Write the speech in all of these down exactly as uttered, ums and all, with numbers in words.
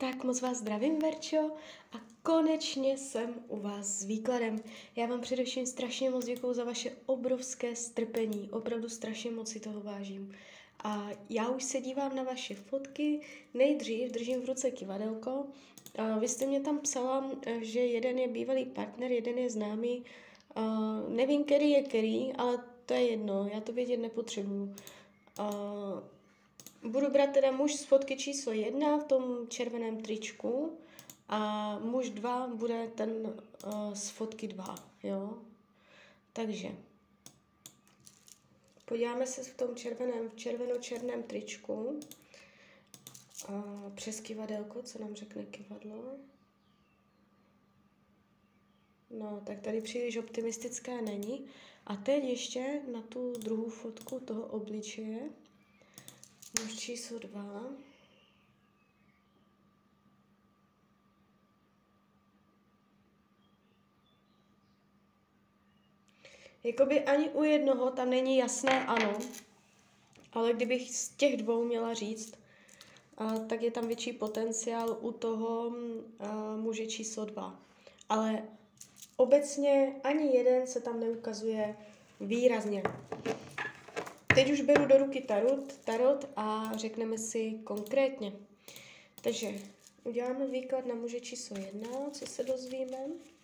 Tak moc vás zdravím, Verčo, a konečně jsem u vás s výkladem. Já vám především strašně moc děkuju za vaše obrovské strpení, opravdu strašně moc si toho vážím. A já už se dívám na vaše fotky, nejdřív držím v ruce kivadelko. A vy jste mě tam psala, že jeden je bývalý partner, jeden je známý. A nevím, který je který, ale to je jedno, já to vědět nepotřebuju. A budu brát teda muž z fotky číslo jedna v tom červeném tričku a muž dva bude ten uh, z fotky dva, jo. Takže podíváme se v tom červeném, červeno-černém tričku uh, přes kivadelko, co nám řekne kivadlo. No, tak tady příliš optimistické není. A teď ještě na tu druhou fotku toho obličeje. Muž číslo dva. Jakoby ani u jednoho tam není jasné ano, ale kdybych z těch dvou měla říct, a, tak je tam větší potenciál u toho a, muže číslo dva. Ale obecně ani jeden se tam neukazuje výrazně. Teď už beru do ruky tarot, tarot a řekneme si konkrétně. Takže uděláme výklad na muže číslo jedna, co se dozvíme.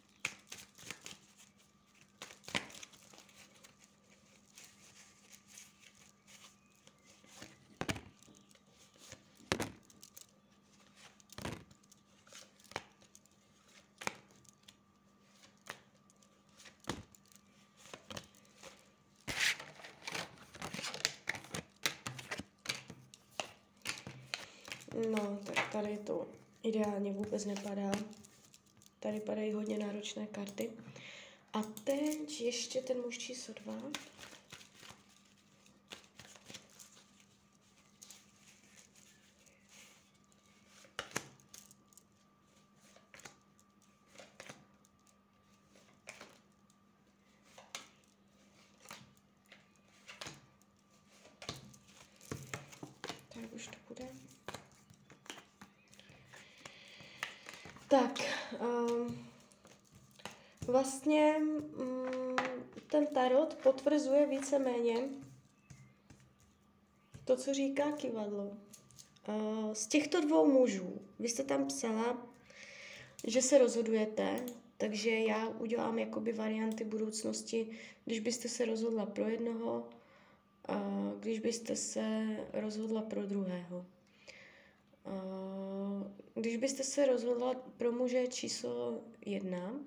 No, tak tady to ideálně vůbec nepadá. Tady padají hodně náročné karty. A teď ještě ten muž číslo dva. Tak už to bude. Tak, um, vlastně um, ten tarot potvrzuje víceméně to, co říká kivadlo. Uh, z těchto dvou mužů, vy jste tam psala, že se rozhodujete, takže já udělám jakoby varianty budoucnosti, když byste se rozhodla pro jednoho, a když byste se rozhodla pro druhého. Když byste se rozhodla pro muže číslo jedna,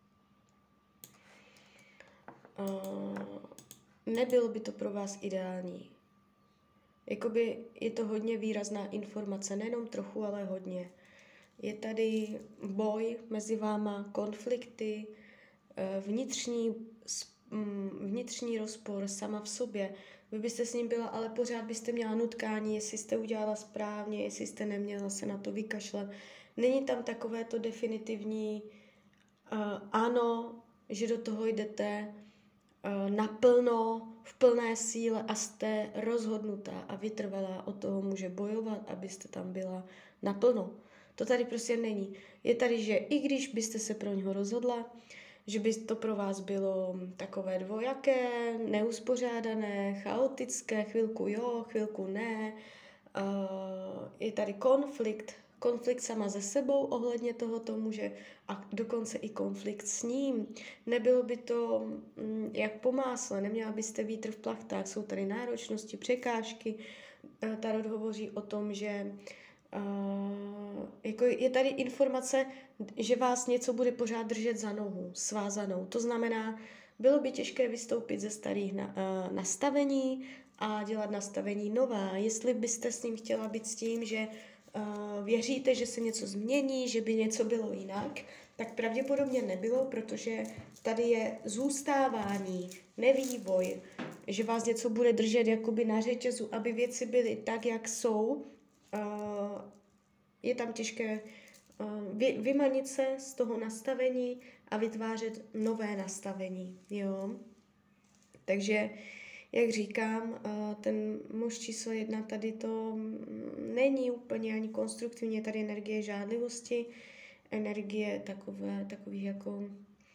nebylo by to pro vás ideální. Jakoby je to hodně výrazná informace, nejenom trochu, ale hodně. Je tady boj mezi váma, konflikty, vnitřní, vnitřní rozpor sama v sobě. Vy byste s ním byla, ale pořád byste měla nutkání, jestli jste udělala správně, jestli jste neměla se na to vykašlat. Není tam takové to definitivní uh, ano, že do toho jdete uh, naplno, v plné síle a jste rozhodnutá a vytrvalá, od toho může bojovat, abyste tam byla naplno. To tady prostě není. Je tady, že i když byste se pro něho rozhodla, že by to pro vás bylo takové dvojaké, neuspořádané, chaotické, chvilku jo, chvilku ne. Uh, je tady konflikt, konflikt sama ze sebou ohledně tohoto muže a dokonce i konflikt s ním. Nebylo by to mm, jak po másle, neměla byste vítr v plachtách, jsou tady náročnosti, překážky. Uh, Tarot hovoří o tom, že Uh, jako je tady informace, že vás něco bude pořád držet za nohu, svázanou. To znamená, bylo by těžké vystoupit ze starých na, uh, nastavení a dělat nastavení nová. Jestli byste s ním chtěla být s tím, že uh, věříte, že se něco změní, že by něco bylo jinak, tak pravděpodobně nebylo, protože tady je zůstávání, nevývoj, že vás něco bude držet jakoby na řetězu, aby věci byly tak, jak jsou. Uh, je tam těžké uh, vy, vymanit se z toho nastavení a vytvářet nové nastavení, jo. Takže jak říkám, ten muž číslo jedna tady to není úplně ani konstruktivně, tady energie žádlivosti, energie takové, takových jako uh,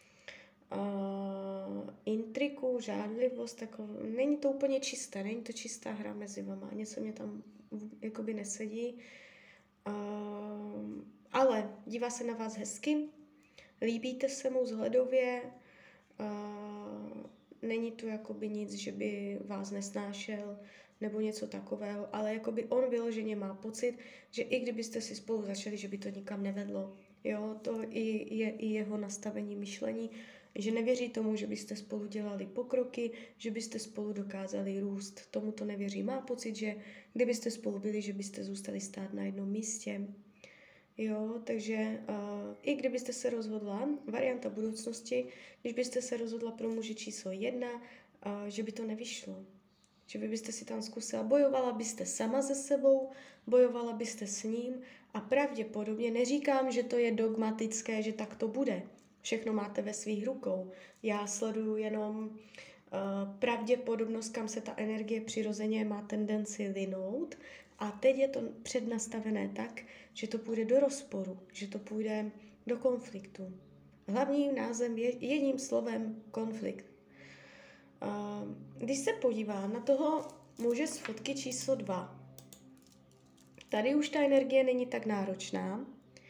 intriku, žádlivost, takové, není to úplně čisté, není to čistá hra mezi vama, něco mě tam jakoby nesedí, uh, ale dívá se na vás hezky, líbíte se mu vzhledově, uh, není to jakoby nic, že by vás nesnášel nebo něco takového, ale jakoby on vyloženě má pocit, že i kdybyste si spolu začali, že by to nikam nevedlo. Jo, to i je i jeho nastavení myšlení, že nevěří tomu, že byste spolu dělali pokroky, že byste spolu dokázali růst. Tomu to nevěří. Má pocit, že kdybyste spolu byli, že byste zůstali stát na jednom místě. Jo, takže uh, i kdybyste se rozhodla, varianta budoucnosti, když byste se rozhodla pro muže číslo jedna, uh, že by to nevyšlo. Že vy byste si tam zkusila, bojovala byste sama se sebou, bojovala byste s ním a pravděpodobně, neříkám, že to je dogmatické, že tak to bude. Všechno máte ve svých rukou. Já sleduju jenom uh, pravděpodobnost, kam se ta energie přirozeně má tendenci linout. A teď je to přednastavené tak, že to půjde do rozporu, že to půjde do konfliktu. Hlavním názvem je jedním slovem konflikt. Když se podívám na toho muže z fotky číslo dva, tady už ta energie není tak náročná.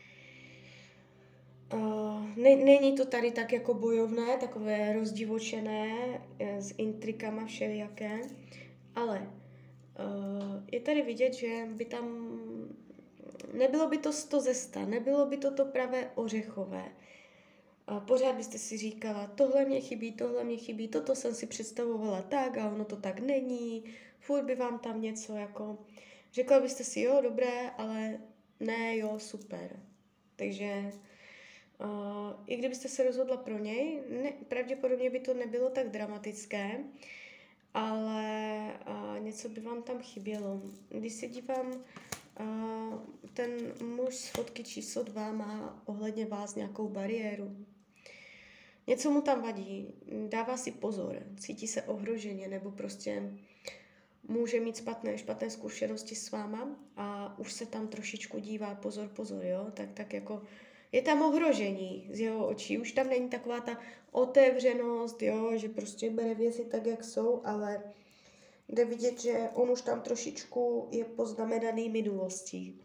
Není to tady tak jako bojovné, takové rozdivočené, s intrikama všelijaké, ale je tady vidět, že by tam nebylo by to sto ze sta, nebylo by to to pravé ořechové. Pořád byste si říkala, tohle mě chybí, tohle mě chybí, toto jsem si představovala tak a ono to tak není, furt by vám tam něco jako, řekla byste si, jo, dobré, ale ne, jo, super. Takže uh, i kdybyste se rozhodla pro něj, ne, pravděpodobně by to nebylo tak dramatické, ale uh, něco by vám tam chybělo. Když se dívám, uh, ten muž z fotky číslo dva má ohledně vás nějakou bariéru. Něco mu tam vadí, dává si pozor, cítí se ohroženě nebo prostě může mít špatné, špatné zkušenosti s váma a už se tam trošičku dívá, pozor, pozor, jo, tak, tak jako je tam ohrožení z jeho očí, už tam není taková ta otevřenost, jo, že prostě bere věci tak, jak jsou, ale jde vidět, že on už tam trošičku je poznamenaný minulostí.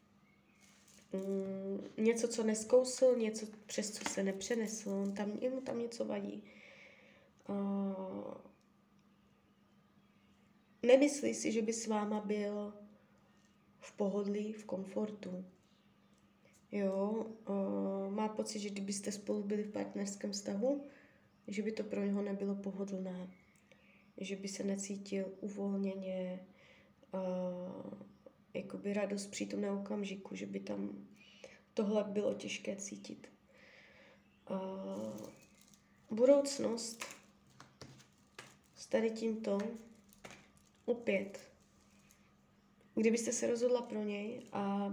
Mm, něco, co neskousl, něco, přes co se nepřenesl, on tam, mu tam něco vadí. Uh, nemyslí si, že by s váma byl v pohodlí, v komfortu. Jo, uh, má pocit, že kdybyste spolu byli v partnerském vztahu, že by to pro něho nebylo pohodlné, že by se necítil uvolněně, uh, jakoby radost přítomného okamžiku, že by tam tohle bylo těžké cítit. Uh, budoucnost s tady tímto opět, kdybyste se rozhodla pro něj a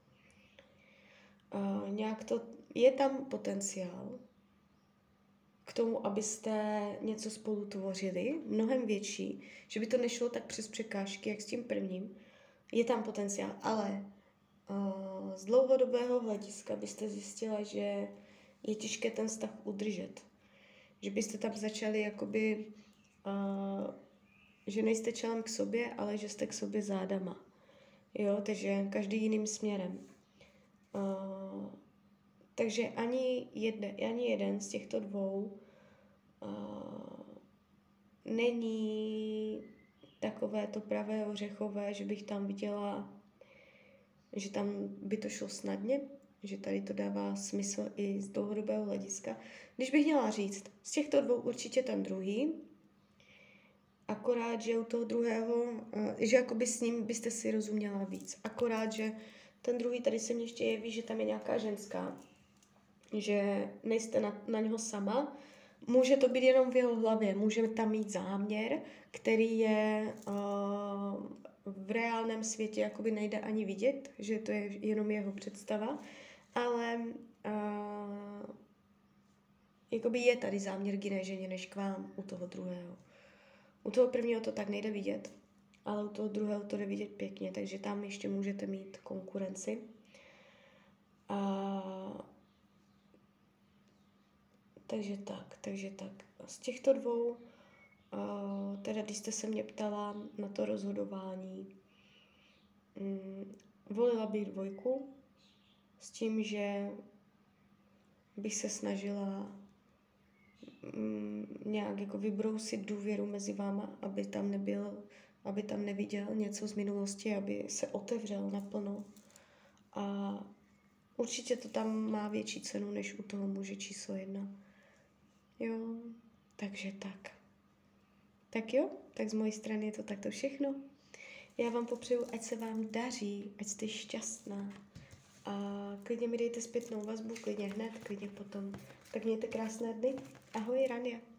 uh, nějak to, je tam potenciál k tomu, abyste něco spolu tvořili, mnohem větší, že by to nešlo tak přes překážky, jak s tím prvním. Je tam potenciál, ale uh, z dlouhodobého hlediska byste zjistila, že je těžké ten vztah udržet. Že byste tam začali jakoby, uh, že nejste čelem k sobě, ale že jste k sobě zádama. Jo, takže každý jiným směrem. Uh, takže ani, jedne, ani jeden z těchto dvou uh, není takové to pravé ořechové, že bych tam viděla, že tam by to šlo snadně, že tady to dává smysl i z dlouhodobého hlediska. Když bych měla říct, z těchto dvou určitě ten druhý, akorát, že u toho druhého, že jakoby s ním byste si rozuměla víc. Akorát, že ten druhý tady se mě ještě jeví, že tam je nějaká ženská, že nejste na, na něho sama. Může to být jenom v jeho hlavě, může tam mít záměr, který je uh, v reálném světě jakoby nejde ani vidět, že to je jenom jeho představa, ale uh, jakoby je tady záměr k jiné ženě než k vám u toho druhého. U toho prvního to tak nejde vidět, ale u toho druhého to jde vidět pěkně, takže tam ještě můžete mít konkurenci. A... Takže tak, takže tak. Z těchto dvou, uh, teda když jste se mě ptala na to rozhodování, um, volila bych dvojku s tím, že bych se snažila um, nějak jako vybrousit důvěru mezi váma, aby tam nebyl, aby tam neviděl něco z minulosti, aby se otevřel naplno. A určitě to tam má větší cenu, než u toho muže číslo jedna. Jo, takže tak. Tak jo, tak z mojí strany je to takto všechno. Já vám popřeju, ať se vám daří, ať jste šťastná. A klidně mi dejte zpětnou vazbu, klidně hned, klidně potom. Tak mějte krásné dny. Ahoj, Rania.